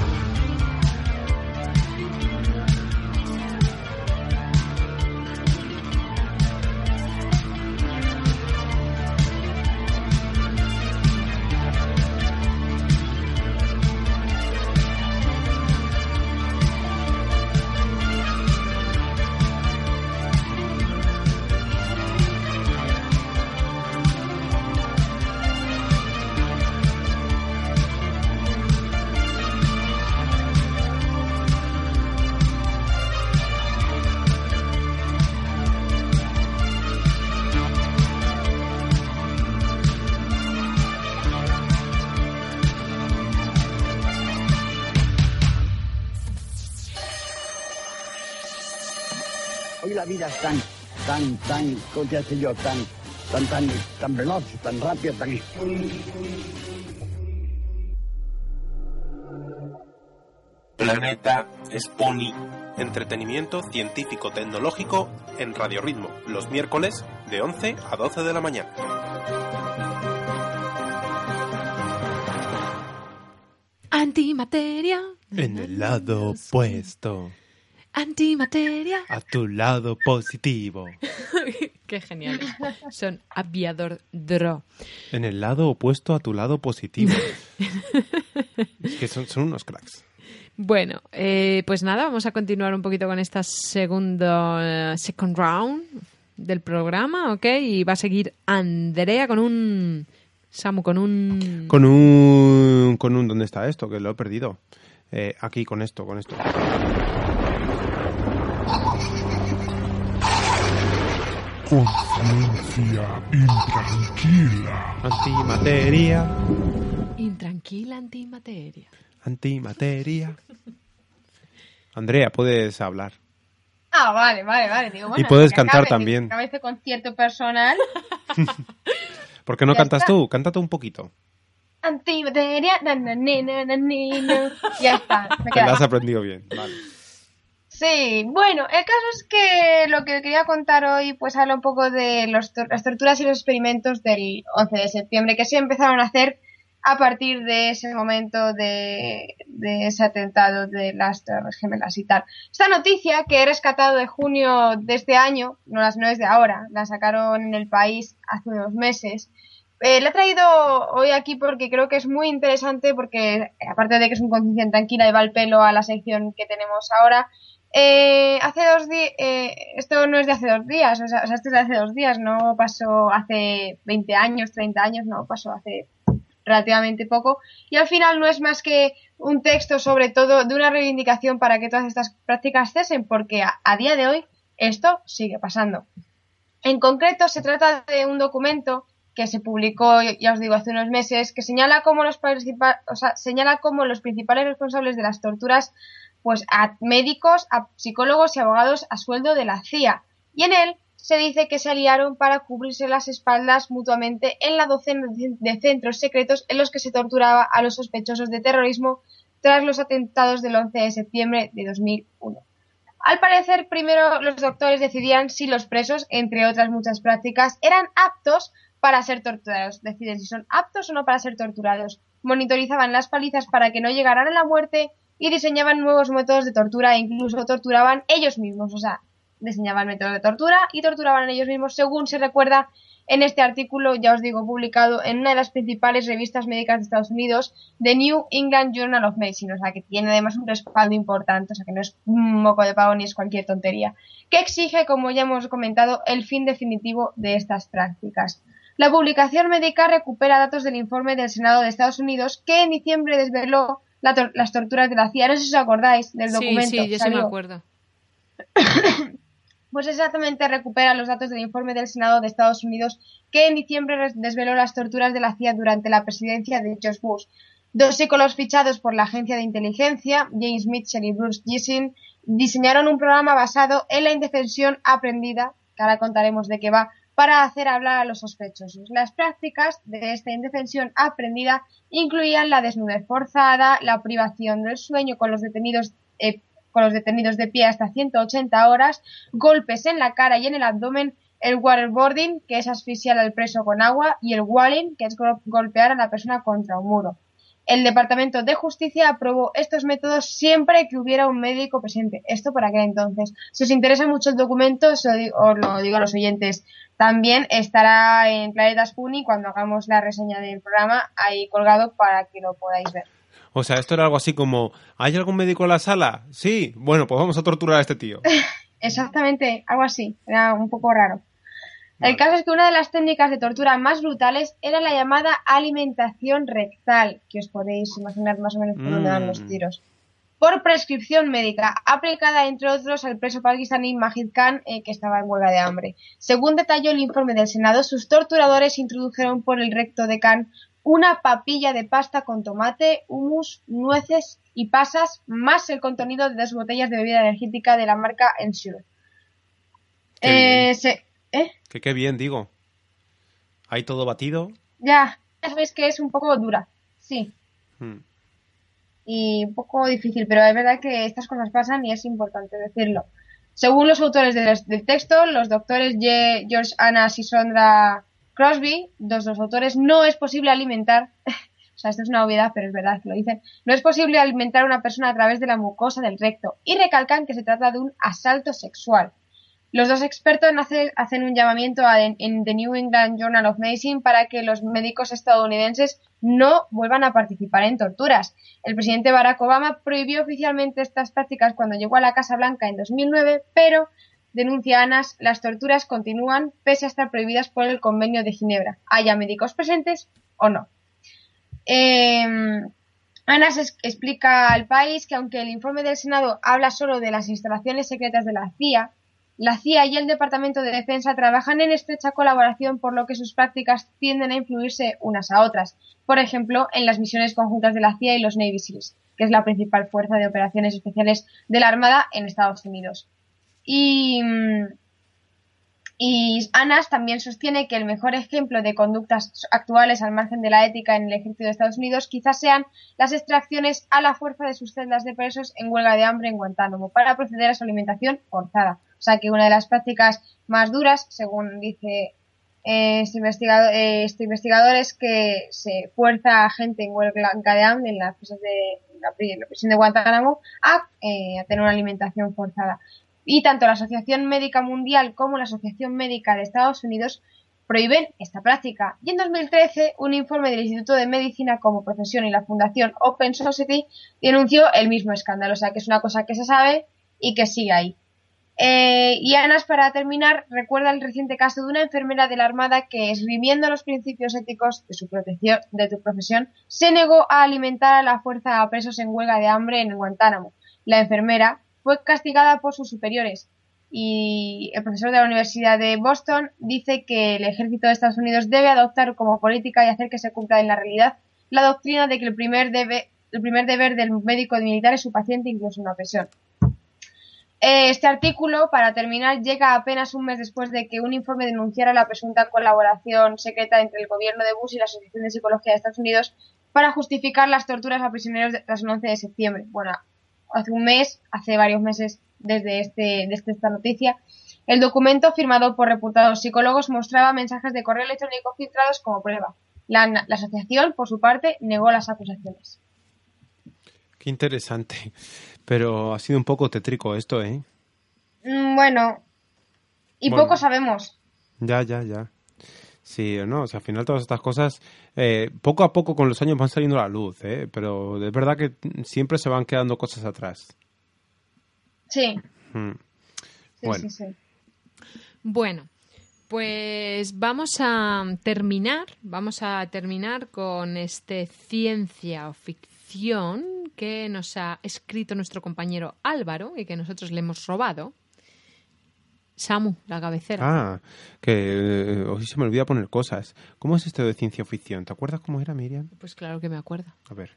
Hoy la vida es ¿cómo te hace yo? Tan veloz, tan rápido, tan... Planeta Spony. Entretenimiento científico-tecnológico en Radio Ritmo, los miércoles de 11 a 12 de la mañana. Antimateria. En el lado opuesto. Antimateria. A tu lado positivo. Qué genial. Son Aviador Dro. En el lado opuesto a tu lado positivo. Es que son unos cracks. Bueno, pues nada, vamos a continuar un poquito con esta second round del programa, ¿ok? Y va a seguir Andrea con un... Samu, con un... Con un... ¿Dónde está esto? Que lo he perdido. Aquí, con esto. Conciencia intranquila. Antimateria. Intranquila antimateria. Antimateria. Andrea, puedes hablar. Ah, vale. Digo, bueno, y puedes cantar también. Acabe este concierto personal. ¿Por qué no Ya cantas está. tú? Cántate un poquito. Antimateria, ya está. Me Te queda. la has aprendido bien. Vale. Sí, bueno, el caso es que lo que quería contar hoy pues habla un poco de las torturas y los experimentos del 11 de septiembre que se empezaron a hacer a partir de ese momento de ese atentado de las Torres Gemelas y tal. Esta noticia que he rescatado de junio de este año, no es de ahora, la sacaron en El País hace unos meses. La he traído hoy aquí porque creo que es muy interesante porque aparte de que es un conciencia tranquila y va al pelo a la sección que tenemos ahora, hace 2 días, esto no es de hace 2 días, o sea, esto es de hace 2 días, no pasó hace 20 años, 30 años, no pasó hace relativamente poco, y al final no es más que un texto sobre todo de una reivindicación para que todas estas prácticas cesen, porque a día de hoy esto sigue pasando. En concreto se trata de un documento que se publicó, ya os digo, hace unos meses, que señala cómo los principales responsables de las torturas pues a médicos, a psicólogos y abogados a sueldo de la CIA. Y en él se dice que se aliaron para cubrirse las espaldas mutuamente en la docena de centros secretos en los que se torturaba a los sospechosos de terrorismo tras los atentados del 11 de septiembre de 2001. Al parecer, primero los doctores decidían si los presos, entre otras muchas prácticas, eran aptos para ser torturados. Deciden si son aptos o no para ser torturados. Monitorizaban las palizas para que no llegaran a la muerte y diseñaban nuevos métodos de tortura e incluso torturaban ellos mismos. O sea, diseñaban métodos de tortura y torturaban ellos mismos, según se recuerda en este artículo, ya os digo, publicado en una de las principales revistas médicas de Estados Unidos, The New England Journal of Medicine, o sea, que tiene además un respaldo importante, o sea, que no es un moco de pavo ni es cualquier tontería, que exige, como ya hemos comentado, el fin definitivo de estas prácticas. La publicación médica recupera datos del informe del Senado de Estados Unidos que en diciembre desveló las torturas de la CIA. No sé si os acordáis del documento. Sí, yo sí me acuerdo. pues exactamente recupera los datos del informe del Senado de Estados Unidos que en diciembre desveló las torturas de la CIA durante la presidencia de George Bush. 2 psicólogos fichados por la agencia de inteligencia, James Mitchell y Bruce Gissin, diseñaron un programa basado en la indefensión aprendida, que ahora contaremos de qué va, para hacer hablar a los sospechosos. Las prácticas de esta indefensión aprendida incluían la desnudez forzada, la privación del sueño con los detenidos de pie hasta 180 horas, golpes en la cara y en el abdomen, el waterboarding, que es asfixiar al preso con agua, y el walling, que es golpear a la persona contra un muro. El Departamento de Justicia aprobó estos métodos siempre que hubiera un médico presente. Esto por aquel entonces. Si os interesa mucho el documento, os lo digo a los oyentes. También estará en Planeta Spoonie cuando hagamos la reseña del programa, ahí colgado para que lo podáis ver. O sea, esto era algo así como, ¿hay algún médico en la sala? Sí, bueno, pues vamos a torturar a este tío. Exactamente, algo así. Era un poco raro. El caso es que una de las técnicas de tortura más brutales era la llamada alimentación rectal, que os podéis imaginar más o menos por dónde van los tiros. Por prescripción médica, aplicada entre otros al preso pakistaní Majid Khan, que estaba en huelga de hambre. Según detalló el informe del Senado, sus torturadores introdujeron por el recto de Khan una papilla de pasta con tomate, hummus, nueces y pasas, más el contenido de 2 botellas de bebida energética de la marca Ensure. Que qué bien, digo. ¿Hay todo batido? Ya sabes que es un poco dura, sí. Y un poco difícil, pero es verdad que estas cosas pasan y es importante decirlo. Según los autores del texto, los doctores George Annas y Sondra Crosby, los autores, no es posible alimentar, o sea, esto es una obviedad, pero es verdad que lo dicen, no es posible alimentar a una persona a través de la mucosa del recto, y recalcan que se trata de un asalto sexual. Los 2 expertos hacen un llamamiento en The New England Journal of Medicine para que los médicos estadounidenses no vuelvan a participar en torturas. El presidente Barack Obama prohibió oficialmente estas prácticas cuando llegó a la Casa Blanca en 2009, pero, denuncia Annas, las torturas continúan pese a estar prohibidas por el Convenio de Ginebra, haya médicos presentes o no. Annas explica al país que aunque el informe del Senado habla solo de las instalaciones secretas de la CIA y el Departamento de Defensa trabajan en estrecha colaboración, por lo que sus prácticas tienden a influirse unas a otras. Por ejemplo, en las misiones conjuntas de la CIA y los Navy SEALs, que es la principal fuerza de operaciones especiales de la Armada en Estados Unidos. Y Annas también sostiene que el mejor ejemplo de conductas actuales al margen de la ética en el ejército de Estados Unidos quizás sean las extracciones a la fuerza de sus celdas de presos en huelga de hambre en Guantánamo para proceder a su alimentación forzada. O sea que una de las prácticas más duras, según dice este investigador, es que se fuerza a gente en huelga de hambre en la prisión de Guantánamo a tener una alimentación forzada. Y tanto la Asociación Médica Mundial como la Asociación Médica de Estados Unidos prohíben esta práctica. Y en 2013, un informe del Instituto de Medicina como Profesión y la Fundación Open Society denunció el mismo escándalo. O sea que es una cosa que se sabe y que sigue ahí. Y Annas, para terminar, recuerda el reciente caso de una enfermera de la Armada que, esgrimiendo los principios éticos de su profesión, se negó a alimentar a la fuerza a presos en huelga de hambre en Guantánamo. La enfermera fue castigada por sus superiores y el profesor de la Universidad de Boston dice que el ejército de Estados Unidos debe adoptar como política y hacer que se cumpla en la realidad la doctrina de que el primer deber del médico militar es su paciente, incluso en una prisión. Este artículo, para terminar, llega apenas un mes después de que un informe denunciara la presunta colaboración secreta entre el gobierno de Bush y la Asociación de Psicología de Estados Unidos para justificar las torturas a prisioneros tras el 11 de septiembre. Bueno, hace varios meses desde esta noticia. El documento, firmado por reputados psicólogos, mostraba mensajes de correo electrónico filtrados como prueba. La asociación, por su parte, negó las acusaciones. Qué interesante. Pero ha sido un poco tétrico esto, ¿eh? Bueno, poco sabemos. Ya. Sí, no, o sea, al final todas estas cosas, poco a poco con los años van saliendo a la luz, pero es verdad que siempre se van quedando cosas atrás. Sí. Bueno. Sí. Bueno, pues vamos a terminar con ciencia o ficción que nos ha escrito nuestro compañero Álvaro y que nosotros le hemos robado. Samu, la cabecera. Ah, que hoy se me olvida poner cosas. ¿Cómo es esto de ciencia ficción? ¿Te acuerdas cómo era, Miriam? Pues claro que me acuerdo. A ver.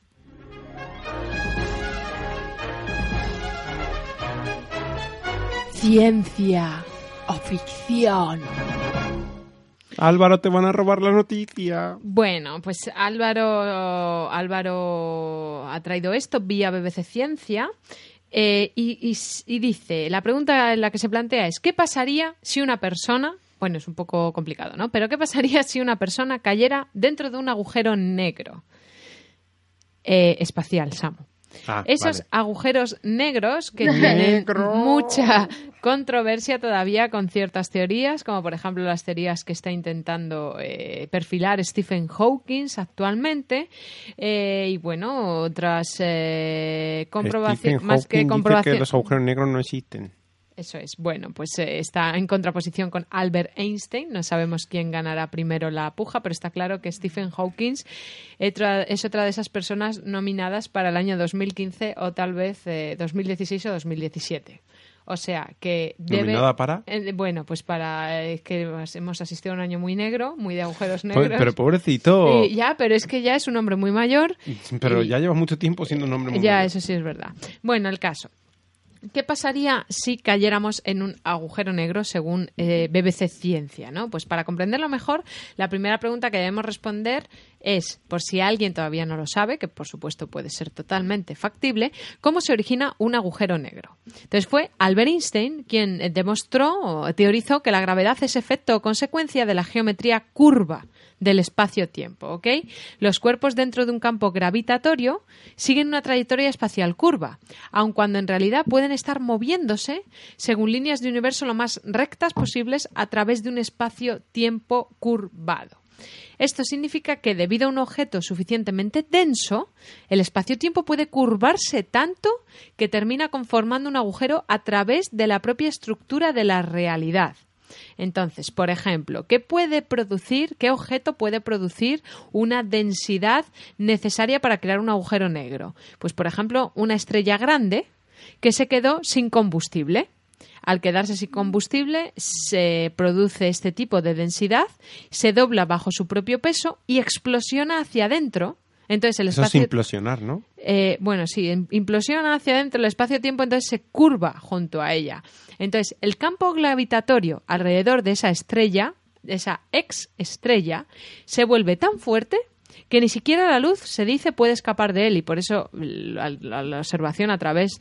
Ciencia o ficción. Álvaro, te van a robar la noticia. Bueno, pues Álvaro ha traído esto vía BBC Ciencia y dice, la pregunta en la que se plantea es, ¿qué pasaría si una persona, bueno, es un poco complicado, ¿no? Pero ¿qué pasaría si una persona cayera dentro de un agujero negro espacial, Samu? Esos agujeros negros que tienen mucha controversia todavía con ciertas teorías, como por ejemplo las teorías que está intentando perfilar Stephen Hawking actualmente, y bueno, otras comprobaciones más que comprobaciones. Dice que los agujeros negros no existen. Eso es. Bueno, pues está en contraposición con Albert Einstein. No sabemos quién ganará primero la puja, pero está claro que Stephen Hawking es otra de esas personas nominadas para el año 2015 o tal vez 2016 o 2017. O sea, que debe... ¿Nominada para? Bueno, pues para... que hemos asistido a un año muy negro, muy de agujeros negros. Pero pobrecito. Ya, pero es que ya es un hombre muy mayor. Pero ya lleva mucho tiempo siendo un hombre muy mayor. Ya, eso sí es verdad. Bueno, el caso. ¿Qué pasaría si cayéramos en un agujero negro según BBC Ciencia, ¿no? Pues para comprenderlo mejor, la primera pregunta que debemos responder es, por si alguien todavía no lo sabe, que por supuesto puede ser totalmente factible, ¿cómo se origina un agujero negro? Entonces fue Albert Einstein quien demostró o teorizó que la gravedad es efecto o consecuencia de la geometría curva del espacio-tiempo, ¿ok? Los cuerpos dentro de un campo gravitatorio siguen una trayectoria espacial curva, aun cuando en realidad pueden estar moviéndose según líneas de universo lo más rectas posibles a través de un espacio-tiempo curvado. Esto significa que debido a un objeto suficientemente denso, el espacio-tiempo puede curvarse tanto que termina conformando un agujero a través de la propia estructura de la realidad. Entonces, por ejemplo, ¿qué objeto puede producir una densidad necesaria para crear un agujero negro? Pues, por ejemplo, una estrella grande que se quedó sin combustible. Al quedarse sin combustible, se produce este tipo de densidad, se dobla bajo su propio peso y explosiona hacia adentro. Entonces, el espacio... Eso es implosionar, ¿no? Bueno, sí, implosiona hacia adentro el espacio-tiempo, entonces se curva junto a ella. Entonces, el campo gravitatorio alrededor de esa estrella, de esa ex-estrella, se vuelve tan fuerte que ni siquiera la luz, se dice, puede escapar de él, y por eso la observación a través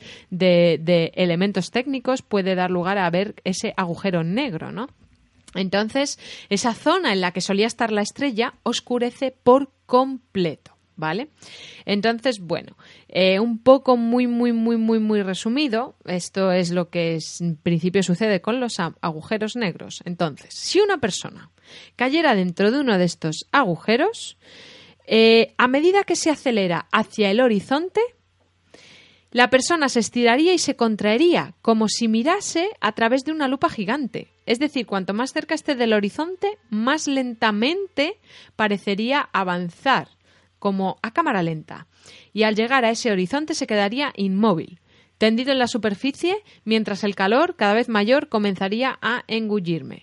de elementos técnicos puede dar lugar a ver ese agujero negro, ¿no? Entonces, esa zona en la que solía estar la estrella oscurece por completo. ¿Vale? Entonces, bueno, un poco muy resumido, esto es lo que en principio sucede con los agujeros negros. Entonces, si una persona cayera dentro de uno de estos agujeros, a medida que se acelera hacia el horizonte, la persona se estiraría y se contraería, como si mirase a través de una lupa gigante. Es decir, cuanto más cerca esté del horizonte, más lentamente parecería avanzar, como a cámara lenta, y al llegar a ese horizonte se quedaría inmóvil, tendido en la superficie, mientras el calor, cada vez mayor, comenzaría a engullirle.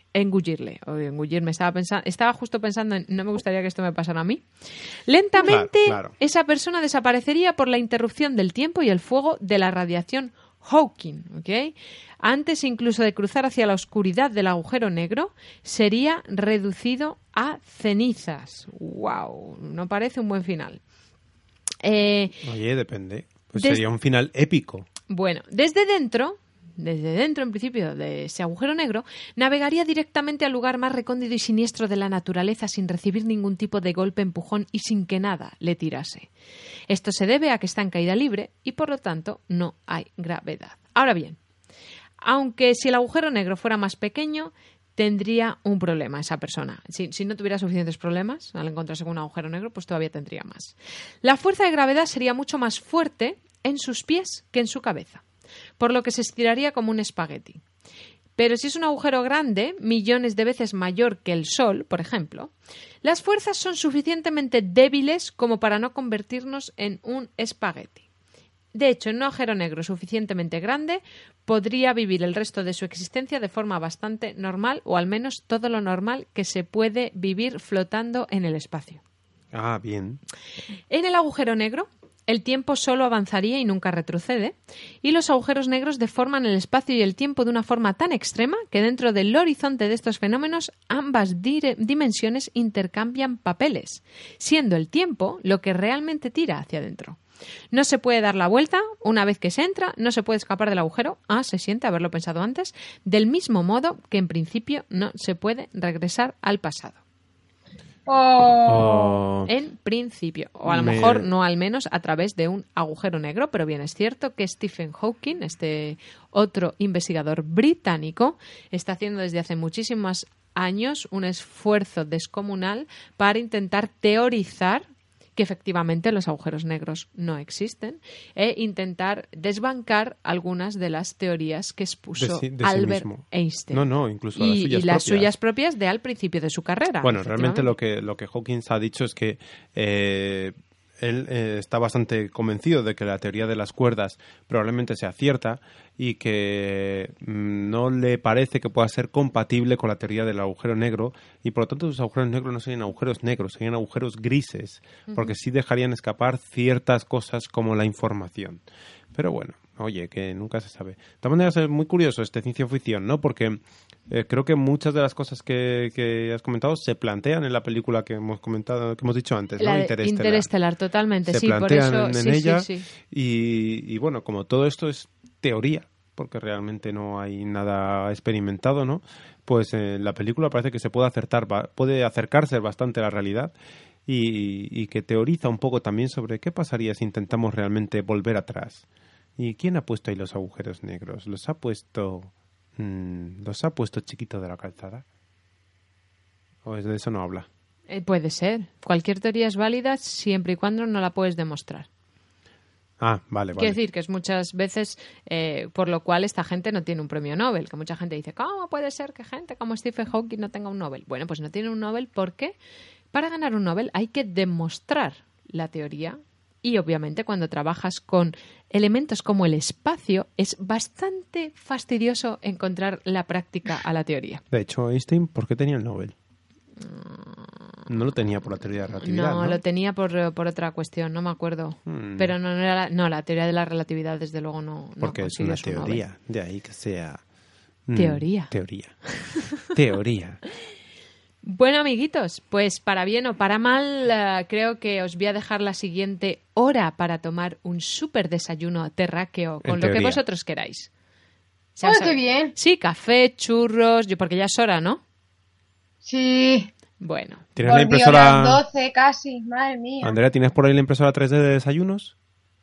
Estaba justo pensando en, no me gustaría que esto me pasara a mí. Lentamente, claro. Esa persona desaparecería por la interrupción del tiempo y el fuego de la radiación Hawking, ¿ok? Antes incluso de cruzar hacia la oscuridad del agujero negro, sería reducido a cenizas. ¡Wow! No parece un buen final. Oye, depende. Pues sería un final épico. Bueno, desde dentro, en principio, de ese agujero negro, navegaría directamente al lugar más recóndito y siniestro de la naturaleza sin recibir ningún tipo de golpe, empujón y sin que nada le tirase. Esto se debe a que está en caída libre y, por lo tanto, no hay gravedad. Ahora bien, aunque si el agujero negro fuera más pequeño, tendría un problema esa persona. Si no tuviera suficientes problemas al encontrarse con un agujero negro, pues todavía tendría más. La fuerza de gravedad sería mucho más fuerte en sus pies que en su cabeza, por lo que se estiraría como un espagueti. Pero si es un agujero grande, millones de veces mayor que el Sol, por ejemplo, las fuerzas son suficientemente débiles como para no convertirnos en un espagueti. De hecho, en un agujero negro suficientemente grande podría vivir el resto de su existencia de forma bastante normal, o al menos todo lo normal que se puede vivir flotando en el espacio. Ah, bien. En el agujero negro, el tiempo solo avanzaría y nunca retrocede, y los agujeros negros deforman el espacio y el tiempo de una forma tan extrema que dentro del horizonte de estos fenómenos ambas dimensiones intercambian papeles, siendo el tiempo lo que realmente tira hacia adentro. No se puede dar la vuelta una vez que se entra, no se puede escapar del agujero, se siente haberlo pensado antes, del mismo modo que en principio no se puede regresar al pasado. En principio, o a lo mejor no, al menos a través de un agujero negro, pero bien es cierto que Stephen Hawking, este otro investigador británico, está haciendo desde hace muchísimos años un esfuerzo descomunal para intentar teorizar que efectivamente los agujeros negros no existen e intentar desbancar algunas de las teorías que expuso de Albert sí mismo. Einstein. No, incluso las suyas propias de al principio de su carrera. Bueno, realmente lo que Hawking ha dicho es que él está bastante convencido de que la teoría de las cuerdas probablemente sea cierta y que no le parece que pueda ser compatible con la teoría del agujero negro, y por lo tanto los agujeros negros no serían agujeros negros, serían agujeros grises, porque sí dejarían escapar ciertas cosas como la información. Pero bueno, oye, que nunca se sabe. De todas maneras es muy curioso ciencia ficción, ¿no? Porque creo que muchas de las cosas que has comentado se plantean en la película que hemos comentado, que hemos dicho antes, ¿no? Interestelar, totalmente, se sí, plantean por eso en ella. Sí. Y bueno, como todo esto es teoría, porque realmente no hay nada experimentado, ¿no? Pues la película parece que se puede acercarse bastante a la realidad y que teoriza un poco también sobre qué pasaría si intentamos realmente volver atrás. ¿Y quién ha puesto ahí los agujeros negros? ¿Los ha puesto Chiquito de la Calzada? ¿O de eso no habla? Puede ser. Cualquier teoría es válida siempre y cuando no la puedes demostrar. Ah, vale. Quiero decir que es muchas veces por lo cual esta gente no tiene un premio Nobel, que mucha gente dice, ¿cómo puede ser que gente como Stephen Hawking no tenga un Nobel? Bueno, pues no tiene un Nobel porque para ganar un Nobel hay que demostrar la teoría, y obviamente cuando trabajas con elementos como el espacio es bastante fastidioso encontrar la práctica a la teoría. De hecho, Einstein, ¿por qué tenía el Nobel? No lo tenía por la teoría de la relatividad, ¿no? Lo tenía por otra cuestión, no me acuerdo. Pero no era la teoría de la relatividad, desde luego no. Porque es una teoría, de ahí que sea... Teoría. Teoría. Bueno, amiguitos, pues para bien o para mal, creo que os voy a dejar la siguiente hora para tomar un súper desayuno terráqueo con lo que vosotros queráis. ¡Qué bien! Sí, café, churros, porque ya es hora, ¿no? Sí. Bueno. ¿Tienes la impresora? Las 12 casi, madre mía. Andrea, ¿tienes por ahí la impresora 3D de desayunos?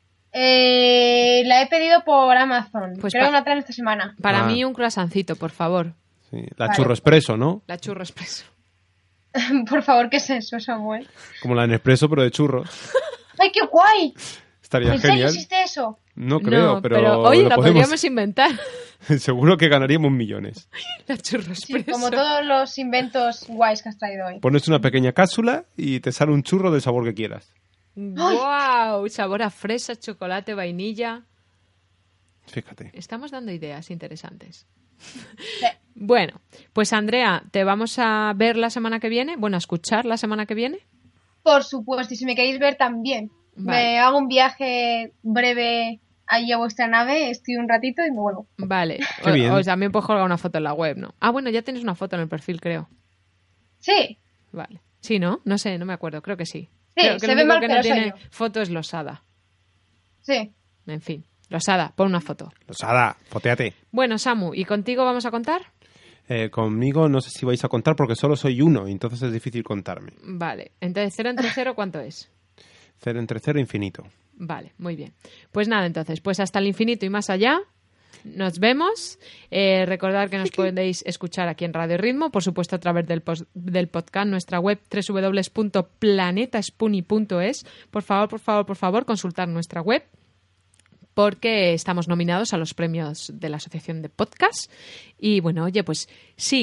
La he pedido por Amazon. Pues creo que la traen esta semana. Para mí un croissancito, por favor. Sí, la churro expreso, ¿no? La churro expreso. Por favor, ¿qué es eso, Samuel? Como la Nespresso, pero de churros. ¡Ay, qué guay! Estaría ¿En genial. serio existe eso? No creo, pero oye, la podríamos inventar. Seguro que ganaríamos millones. La churro expreso. Sí, como todos los inventos guays que has traído hoy. Pones una pequeña cápsula y te sale un churro del sabor que quieras. ¡Guau! Sabor a fresa, chocolate, vainilla. Fíjate. Estamos dando ideas interesantes. Sí. Bueno, pues Andrea, ¿te vamos a ver la semana que viene? Bueno, a escuchar la semana que viene. Por supuesto, y si me queréis ver también. Vale. Me hago un viaje breve ahí a vuestra nave, estoy un ratito y me vuelvo. Vale, o también puedes colgar una foto en la web, ¿no? Ah, bueno, ya tienes una foto en el perfil, creo. Sí. Vale. Sí, ¿no? No sé, no me acuerdo, creo que sí. Sí, creo que se lo ve único mal, que pero no tiene soy yo. foto es Losada. Sí. En fin, Losada, pon una foto. Losada, fotéate. Bueno, Samu, ¿y contigo vamos a contar? Conmigo no sé si vais a contar porque solo soy uno, entonces es difícil contarme. Vale, entonces 0 entre 0, ¿cuánto es? 0 entre 0, infinito. Vale, muy bien. Pues nada, entonces, pues hasta el infinito y más allá. Nos vemos. Recordad que nos podéis escuchar aquí en Radio Ritmo, por supuesto a través del podcast, nuestra web www.planetaspuni.es. Por favor, consultar nuestra web porque estamos nominados a los premios de la Asociación de Podcast. Y bueno, oye, pues sí,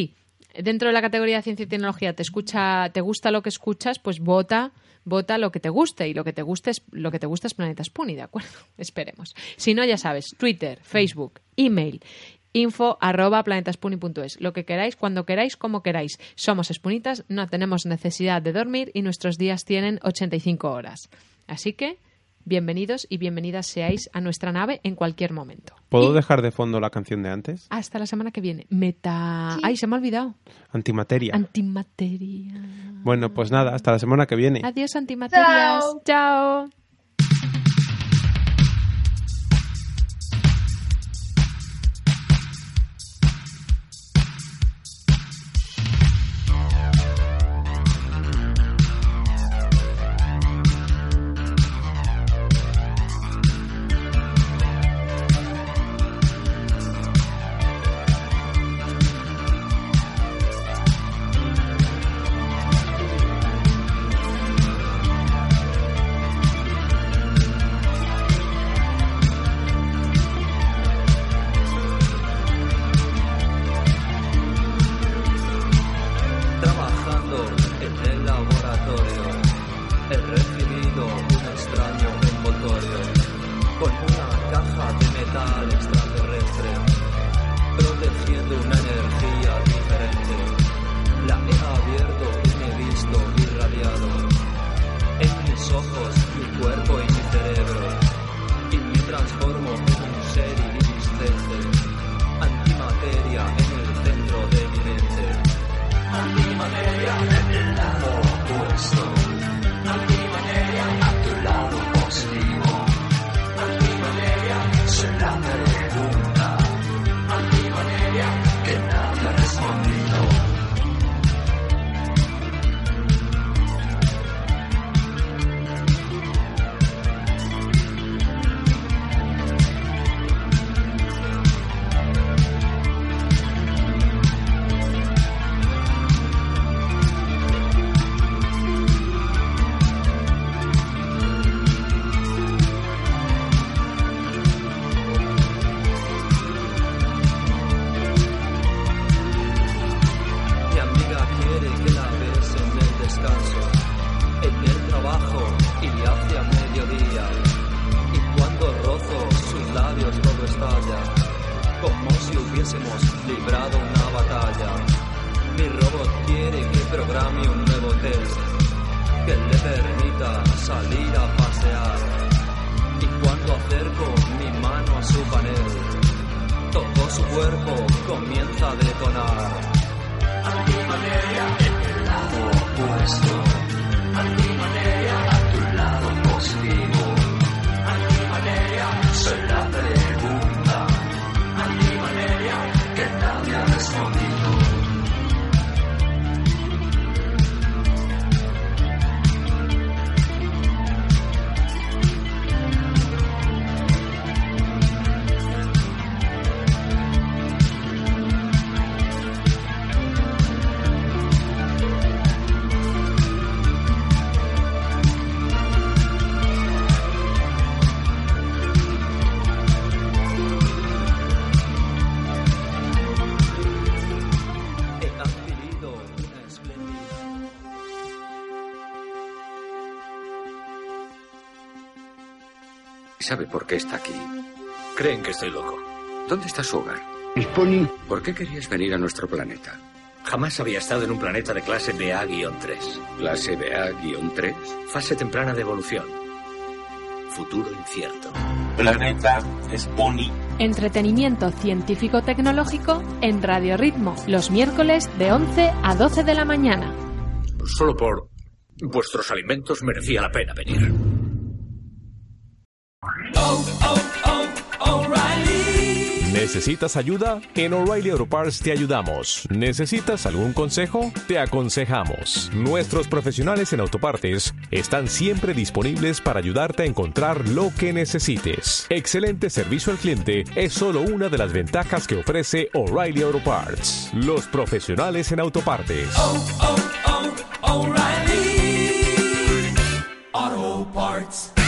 dentro de la categoría de ciencia y tecnología te gusta lo que escuchas, pues vota lo que te guste, y lo que te guste es Planeta Spoonie, ¿de acuerdo? Esperemos. Si no, ya sabes, Twitter, Facebook, email, info@planetaspoonie.es. Lo que queráis, cuando queráis, como queráis. Somos Spoonitas, no tenemos necesidad de dormir y nuestros días tienen 85 horas. Así que bienvenidos y bienvenidas seáis a nuestra nave en cualquier momento. ¿Puedo dejar de fondo la canción de antes? Hasta la semana que viene. Sí. Ay, se me ha olvidado. Antimateria. Antimateria. Bueno, pues nada, hasta la semana que viene. Adiós, antimaterias. Chao. ¿Sabe por qué está aquí? Creen que estoy loco. ¿Dónde está su hogar? Spoonie. ¿Por qué querías venir a nuestro planeta? Jamás había estado en un planeta de clase BA-3. ¿Clase BA-3? Fase temprana de evolución. Futuro incierto. Planeta Spoonie. Entretenimiento científico-tecnológico en Radio Ritmo, los miércoles de 11 a 12 de la mañana. Solo por vuestros alimentos merecía la pena venir. ¿Necesitas ayuda? En O'Reilly Auto Parts te ayudamos. ¿Necesitas algún consejo? Te aconsejamos. Nuestros profesionales en autopartes están siempre disponibles para ayudarte a encontrar lo que necesites. Excelente servicio al cliente es solo una de las ventajas que ofrece O'Reilly Auto Parts. Los profesionales en autopartes. O'Reilly Auto Parts.